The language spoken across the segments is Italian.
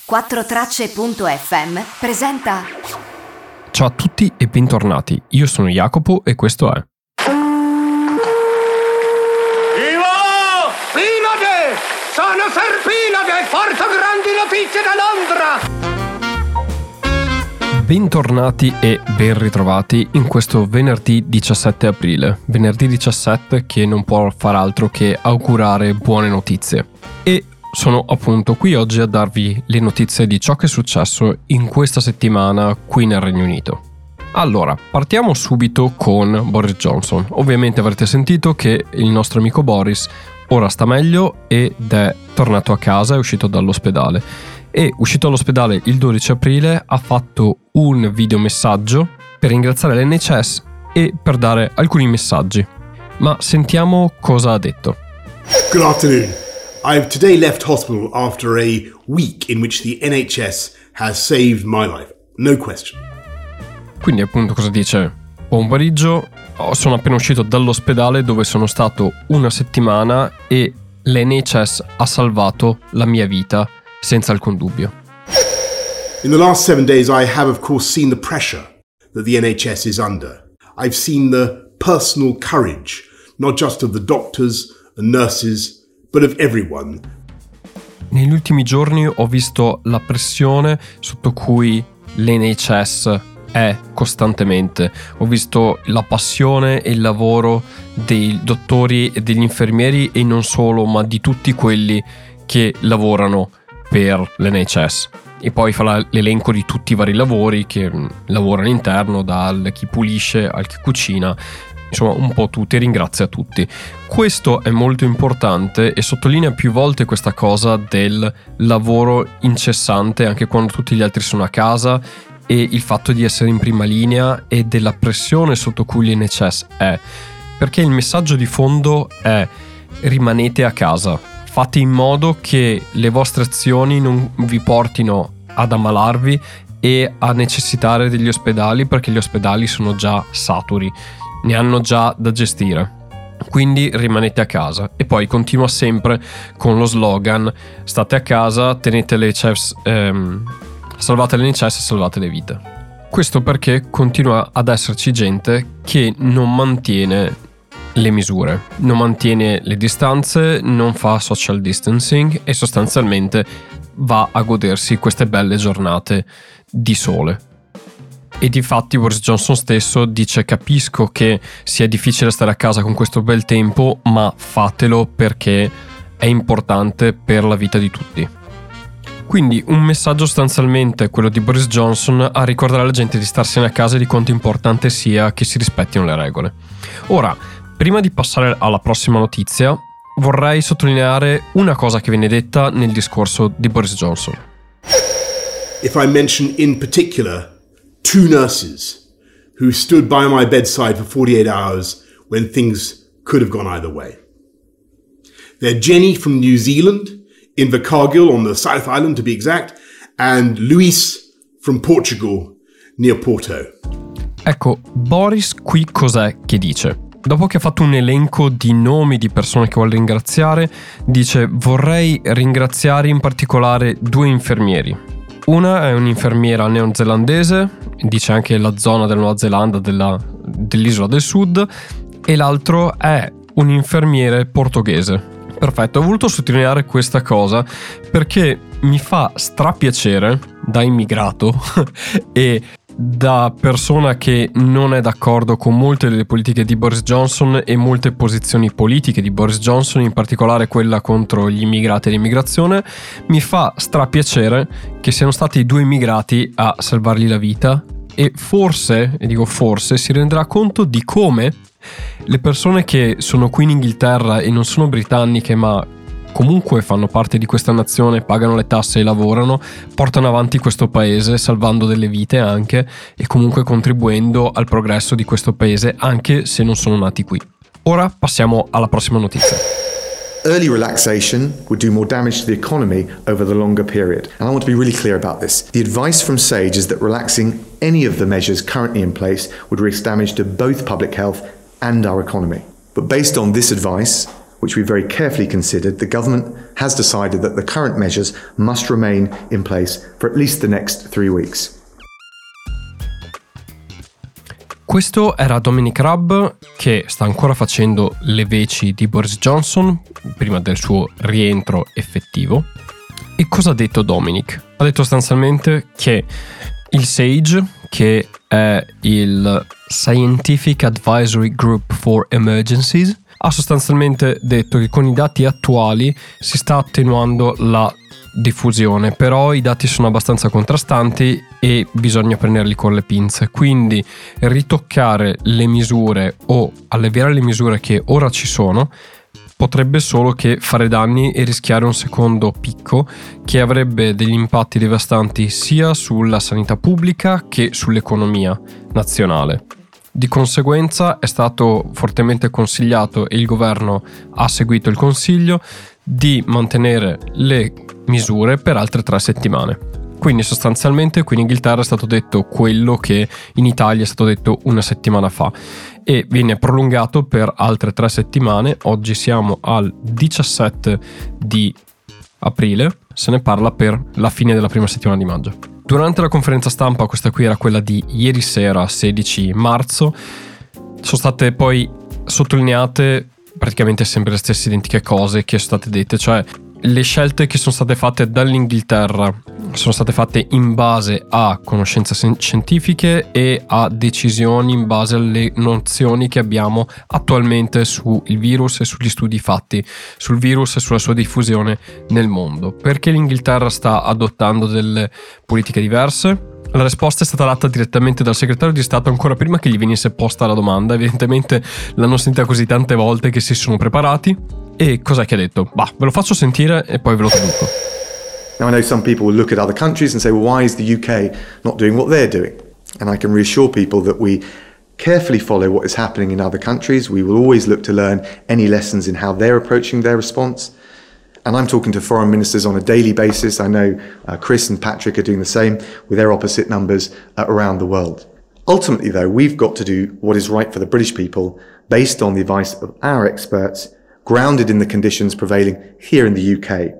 4Tracce.fm presenta. Ciao a tutti e bentornati, io sono Jacopo e questo è Pinade! Sono Serpinade! Porto grandi notizie da Londra! Bentornati e ben ritrovati in questo venerdì 17 aprile. Venerdì 17 che non può far altro che augurare buone notizie. E sono appunto qui oggi a darvi le notizie di ciò che è successo in questa settimana qui nel Regno Unito. Allora, partiamo subito con Boris Johnson. Ovviamente avrete sentito che il nostro amico Boris ora sta meglio ed è tornato a casa, è uscito dall'ospedale. E uscito dall'ospedale il 12 aprile ha fatto un videomessaggio per ringraziare l'NHS e per dare alcuni messaggi. Ma sentiamo cosa ha detto. Good afternoon. I've today left hospital after a week in which the NHS has saved my life. No question. Quindi appunto cosa dice? Buon pomeriggio, sono appena uscito dall'ospedale dove sono stato una settimana e l'NHS ha salvato la mia vita senza alcun dubbio. In the last 7 days I have of course seen the pressure that the NHS is under. I've seen the personal courage, not just of the doctors and nurses, but of everyone. Negli ultimi giorni ho visto la pressione sotto cui l'NHS è costantemente. Ho visto la passione e il lavoro dei dottori e degli infermieri e non solo, ma di tutti quelli che lavorano per l'NHS. E poi farà l'elenco di tutti i vari lavori che lavorano all'interno, dal chi pulisce al chi cucina. Insomma, un po' tutti, ringrazia tutti. Questo è molto importante e sottolinea più volte questa cosa del lavoro incessante anche quando tutti gli altri sono a casa e il fatto di essere in prima linea e della pressione sotto cui l'NHS è. Perché il messaggio di fondo è: rimanete a casa, fate in modo che le vostre azioni non vi portino ad ammalarvi e a necessitare degli ospedali, perché gli ospedali sono già saturi, ne hanno già da gestire. Quindi rimanete a casa. E poi continua sempre con lo slogan: state a casa, tenete le salvate l'NHS e salvate le vite. Questo perché continua ad esserci gente che non mantiene le misure, non mantiene le distanze, non fa social distancing e sostanzialmente va a godersi queste belle giornate di sole. E difatti Boris Johnson stesso dice: capisco che sia difficile stare a casa con questo bel tempo, ma fatelo perché è importante per la vita di tutti. Quindi un messaggio sostanzialmente, quello di Boris Johnson, a ricordare alla gente di starsene a casa e di quanto importante sia che si rispettino le regole. Ora, prima di passare alla prossima notizia, vorrei sottolineare una cosa che viene detta nel discorso di Boris Johnson. If I mention in particular 2 nurses who stood by my bedside for 48 hours when things could have gone either way. They're Jenny from New Zealand, Invercargill on the South Island to be exact, and Luis from Portugal near Porto. Ecco, Boris qui cos'è che dice? Dopo che ha fatto un elenco di nomi di persone che vuole ringraziare, dice: vorrei ringraziare in particolare 2 infermieri. Una è un'infermiera neozelandese, dice anche la zona della Nuova Zelanda, dell'isola del sud, e l'altro è un infermiere portoghese. Perfetto, ho voluto sottolineare questa cosa perché mi fa strapiacere da immigrato e da persona che non è d'accordo con molte delle politiche di Boris Johnson e molte posizioni politiche di Boris Johnson, in particolare quella contro gli immigrati e l'immigrazione. Mi fa strapiacere che siano stati 2 immigrati a salvargli la vita e forse, e dico forse, si renderà conto di come le persone che sono qui in Inghilterra e non sono britanniche ma comunque fanno parte di questa nazione, pagano le tasse e lavorano, portano avanti questo paese salvando delle vite anche e comunque contribuendo al progresso di questo paese anche se non sono nati qui. Ora passiamo alla prossima notizia. Early relaxation would do more damage to the economy over the longer period. And I want to be really clear about this. The advice from SAGE is that relaxing any of the measures currently in place would risk damage to both public health and our economy. But based on this advice, which we very carefully considered, the government has decided that the current measures must remain in place for at least the next 3 weeks. Questo era Dominic Raab, che sta ancora facendo le veci di Boris Johnson prima del suo rientro effettivo. E cosa ha detto Dominic? Ha detto sostanzialmente che il SAGE, che è il Scientific Advisory Group for Emergencies, ha sostanzialmente detto che con i dati attuali si sta attenuando la diffusione, però i dati sono abbastanza contrastanti e bisogna prenderli con le pinze, quindi ritoccare le misure o alleviare le misure che ora ci sono potrebbe solo che fare danni e rischiare un secondo picco che avrebbe degli impatti devastanti sia sulla sanità pubblica che sull'economia nazionale. Di conseguenza è stato fortemente consigliato, e il governo ha seguito il consiglio, di mantenere le misure per altre 3 settimane. Quindi sostanzialmente qui in Inghilterra è stato detto quello che in Italia è stato detto una settimana fa e viene prolungato per altre 3 settimane. Oggi siamo al 17 di aprile, se ne parla per la fine della prima settimana di maggio. Durante la conferenza stampa, questa qui era quella di ieri sera, 16 marzo, sono state poi sottolineate praticamente sempre le stesse identiche cose che sono state dette, cioè le scelte che sono state fatte dall'Inghilterra sono state fatte in base a conoscenze scientifiche e a decisioni in base alle nozioni che abbiamo attualmente sul virus e sugli studi fatti sul virus e sulla sua diffusione nel mondo. Perché l'Inghilterra sta adottando delle politiche diverse? La risposta è stata data direttamente dal segretario di Stato ancora prima che gli venisse posta la domanda. Evidentemente l'hanno sentita così tante volte che si sono preparati. E cos'è che ha detto? Ve lo faccio sentire e poi ve lo traduco. Now I know some people will look at other countries and say, well, why is the UK not doing what they're doing? And I can reassure people that we carefully follow what is happening in other countries. We will always look to learn any lessons in how they're approaching their response. And I'm talking to foreign ministers on a daily basis. I know Chris and Patrick are doing the same with their opposite numbers around the world. Ultimately, though, we've got to do what is right for the British people based on the advice of our experts, grounded in the conditions prevailing here in the UK.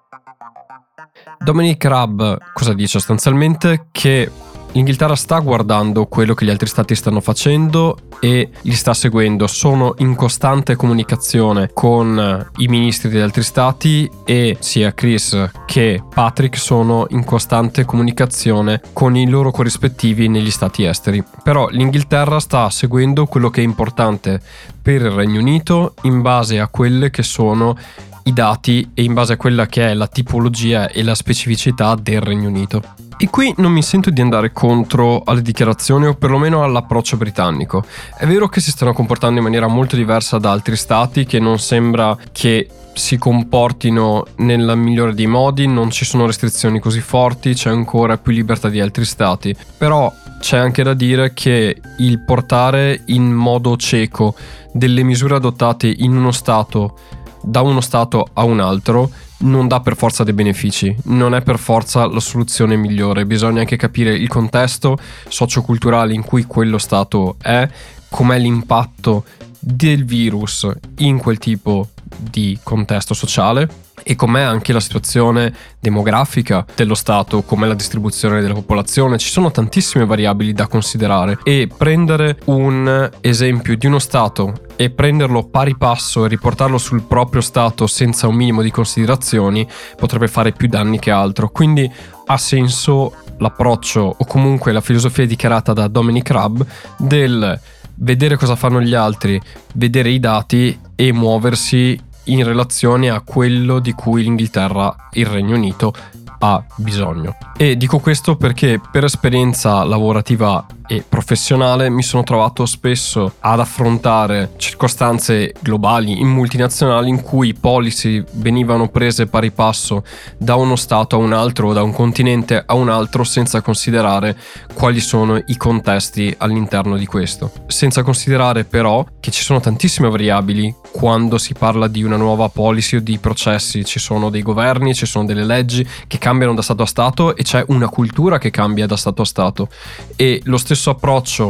Dominic Raab cosa dice? Sostanzialmente che l'Inghilterra sta guardando quello che gli altri stati stanno facendo e li sta seguendo. Sono in costante comunicazione con i ministri degli altri stati e sia Chris che Patrick sono in costante comunicazione con i loro corrispettivi negli stati esteri. Però l'Inghilterra sta seguendo quello che è importante per il Regno Unito in base a quelle che sono i dati e in base a quella che è la tipologia e la specificità del Regno Unito. E qui non mi sento di andare contro alle dichiarazioni o perlomeno all'approccio britannico. È vero che si stanno comportando in maniera molto diversa da altri stati, che non sembra che si comportino nella migliore dei modi, non ci sono restrizioni così forti, c'è ancora più libertà di altri stati. Però c'è anche da dire che il portare in modo cieco delle misure adottate in uno stato da uno stato a un altro non dà per forza dei benefici, non è per forza la soluzione migliore. Bisogna anche capire il contesto socioculturale in cui quello stato è, com'è l'impatto del virus in quel tipo di contesto sociale e com'è anche la situazione demografica dello stato, com'è la distribuzione della popolazione. Ci sono tantissime variabili da considerare e prendere un esempio di uno stato e prenderlo pari passo e riportarlo sul proprio stato senza un minimo di considerazioni potrebbe fare più danni che altro. Quindi ha senso l'approccio o comunque la filosofia dichiarata da Dominic Raab del vedere cosa fanno gli altri, vedere i dati e muoversi in relazione a quello di cui l'Inghilterra, il Regno Unito, ha bisogno. E dico questo perché per esperienza lavorativa e professionale mi sono trovato spesso ad affrontare circostanze globali in multinazionali in cui policy venivano prese pari passo da uno stato a un altro o da un continente a un altro senza considerare quali sono i contesti all'interno di questo, senza considerare però che ci sono tantissime variabili quando si parla di una nuova policy o di processi. Ci sono dei governi, ci sono delle leggi che cambiano da stato a stato e c'è una cultura che cambia da stato a stato, e lo stesso approccio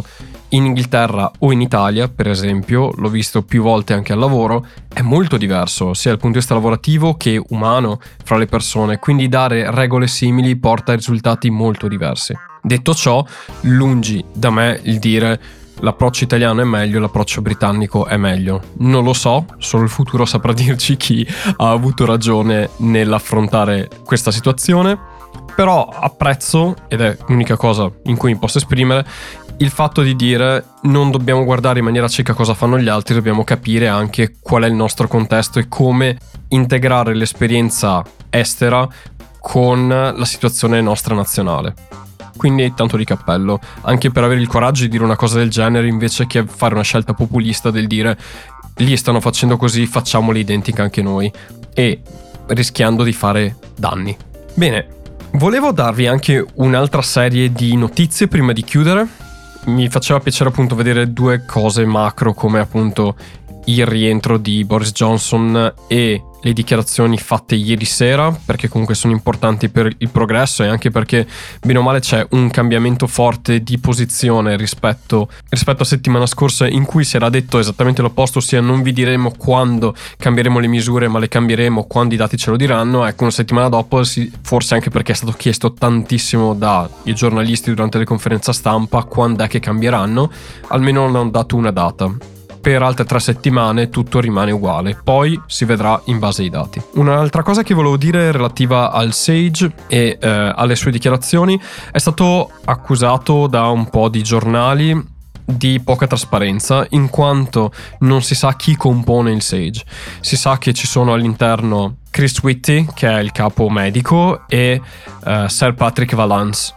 in Inghilterra o in Italia, per esempio, l'ho visto più volte anche al lavoro, è molto diverso, sia dal punto di vista lavorativo che umano fra le persone, quindi dare regole simili porta a risultati molto diversi. Detto ciò, lungi da me il dire l'approccio italiano è meglio, l'approccio britannico è meglio. Non lo so, solo il futuro saprà dirci chi ha avuto ragione nell'affrontare questa situazione, però apprezzo, ed è l'unica cosa in cui mi posso esprimere, il fatto di dire non dobbiamo guardare in maniera cieca cosa fanno gli altri, dobbiamo capire anche qual è il nostro contesto e come integrare l'esperienza estera con la situazione nostra nazionale. Quindi tanto di cappello, anche per avere il coraggio di dire una cosa del genere invece che fare una scelta populista del dire lì stanno facendo così, facciamole identica anche noi, e rischiando di fare danni. Bene, volevo darvi anche un'altra serie di notizie prima di chiudere. Mi faceva piacere appunto vedere due cose macro come appunto il rientro di Boris Johnson e le dichiarazioni fatte ieri sera, perché comunque sono importanti per il progresso e anche perché bene o male c'è un cambiamento forte di posizione rispetto a settimana scorsa, in cui si era detto esattamente l'opposto, ossia non vi diremo quando cambieremo le misure ma le cambieremo quando i dati ce lo diranno. Ecco, una settimana dopo, forse anche perché è stato chiesto tantissimo dai giornalisti durante le conferenze stampa quando è che cambieranno, almeno non hanno dato una data. Per altre 3 settimane tutto rimane uguale, poi si vedrà in base ai dati. Un'altra cosa che volevo dire relativa al Sage e alle sue dichiarazioni: è stato accusato da un po' di giornali di poca trasparenza, in quanto non si sa chi compone il Sage. Si sa che ci sono all'interno Chris Whitty, che è il capo medico, e Sir Patrick Vallance,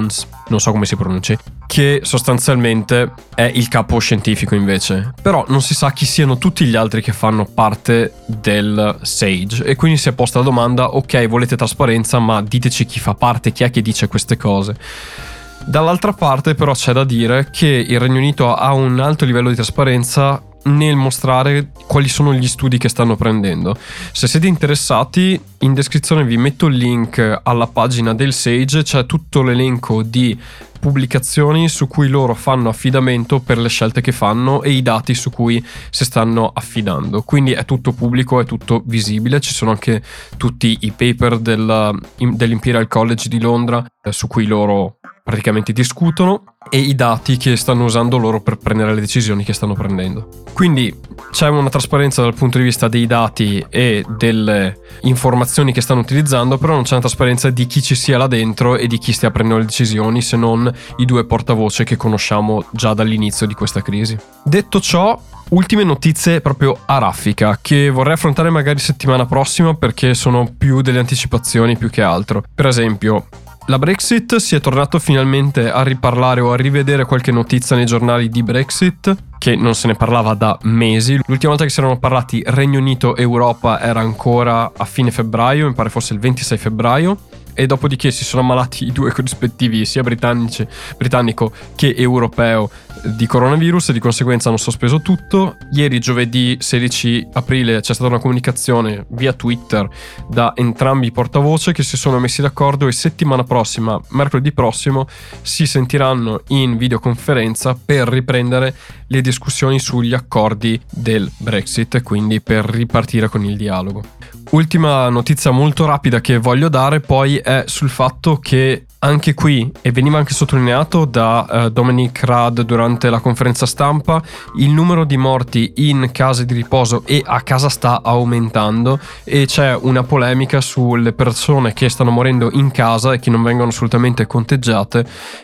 non so come si pronunci, che sostanzialmente è il capo scientifico invece. Però non si sa chi siano tutti gli altri che fanno parte del Sage, e quindi si è posta la domanda: ok, volete trasparenza, ma diteci chi fa parte, chi è che dice queste cose. Dall'altra parte però c'è da dire che il Regno Unito ha un alto livello di trasparenza nel mostrare quali sono gli studi che stanno prendendo. Se siete interessati, in descrizione vi metto il link alla pagina del Sage, c'è tutto l'elenco di pubblicazioni su cui loro fanno affidamento per le scelte che fanno e i dati su cui si stanno affidando. Quindi è tutto pubblico, è tutto visibile, ci sono anche tutti i paper dell'Imperial College di Londra su cui loro praticamente discutono, e i dati che stanno usando loro per prendere le decisioni che stanno prendendo. Quindi c'è una trasparenza dal punto di vista dei dati e delle informazioni che stanno utilizzando, però non c'è una trasparenza di chi ci sia là dentro e di chi stia prendendo le decisioni, se non i 2 portavoce che conosciamo già dall'inizio di questa crisi. Detto ciò, ultime notizie proprio a raffica che vorrei affrontare magari settimana prossima, perché sono più delle anticipazioni più che altro. Per esempio, la Brexit, si è tornato finalmente a riparlare o a rivedere qualche notizia nei giornali di Brexit, che non se ne parlava da mesi. L'ultima volta che si erano parlati Regno Unito e Europa era ancora a fine febbraio, mi pare fosse il 26 febbraio, e dopodiché si sono ammalati i 2 corrispettivi, sia britannico che europeo, di coronavirus, e di conseguenza hanno sospeso tutto. Ieri, giovedì 16 aprile, c'è stata una comunicazione via Twitter da entrambi i portavoce che si sono messi d'accordo, e settimana prossima, mercoledì prossimo, si sentiranno in videoconferenza per riprendere le discussioni sugli accordi del Brexit, quindi per ripartire con il dialogo. Ultima notizia molto rapida che voglio dare poi è sul fatto che anche qui, e veniva anche sottolineato da Dominic Raab durante la conferenza stampa, il numero di morti in case di riposo e a casa sta aumentando, e c'è una polemica sulle persone che stanno morendo in casa e che non vengono assolutamente conteggiate,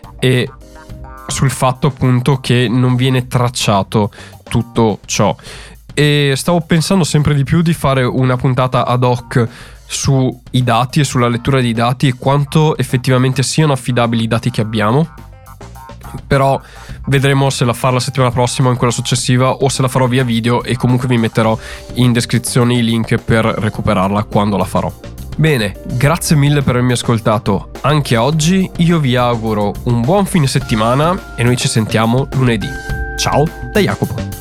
e sul fatto appunto che non viene tracciato tutto ciò. E stavo pensando sempre di più di fare una puntata ad hoc sui dati e sulla lettura dei dati e quanto effettivamente siano affidabili i dati che abbiamo, però vedremo se la farò la settimana prossima o in quella successiva, o se la farò via video, e comunque vi metterò in descrizione i link per recuperarla quando la farò. Bene, grazie mille per avermi ascoltato anche oggi, io vi auguro un buon fine settimana e noi ci sentiamo lunedì. Ciao da Jacopo.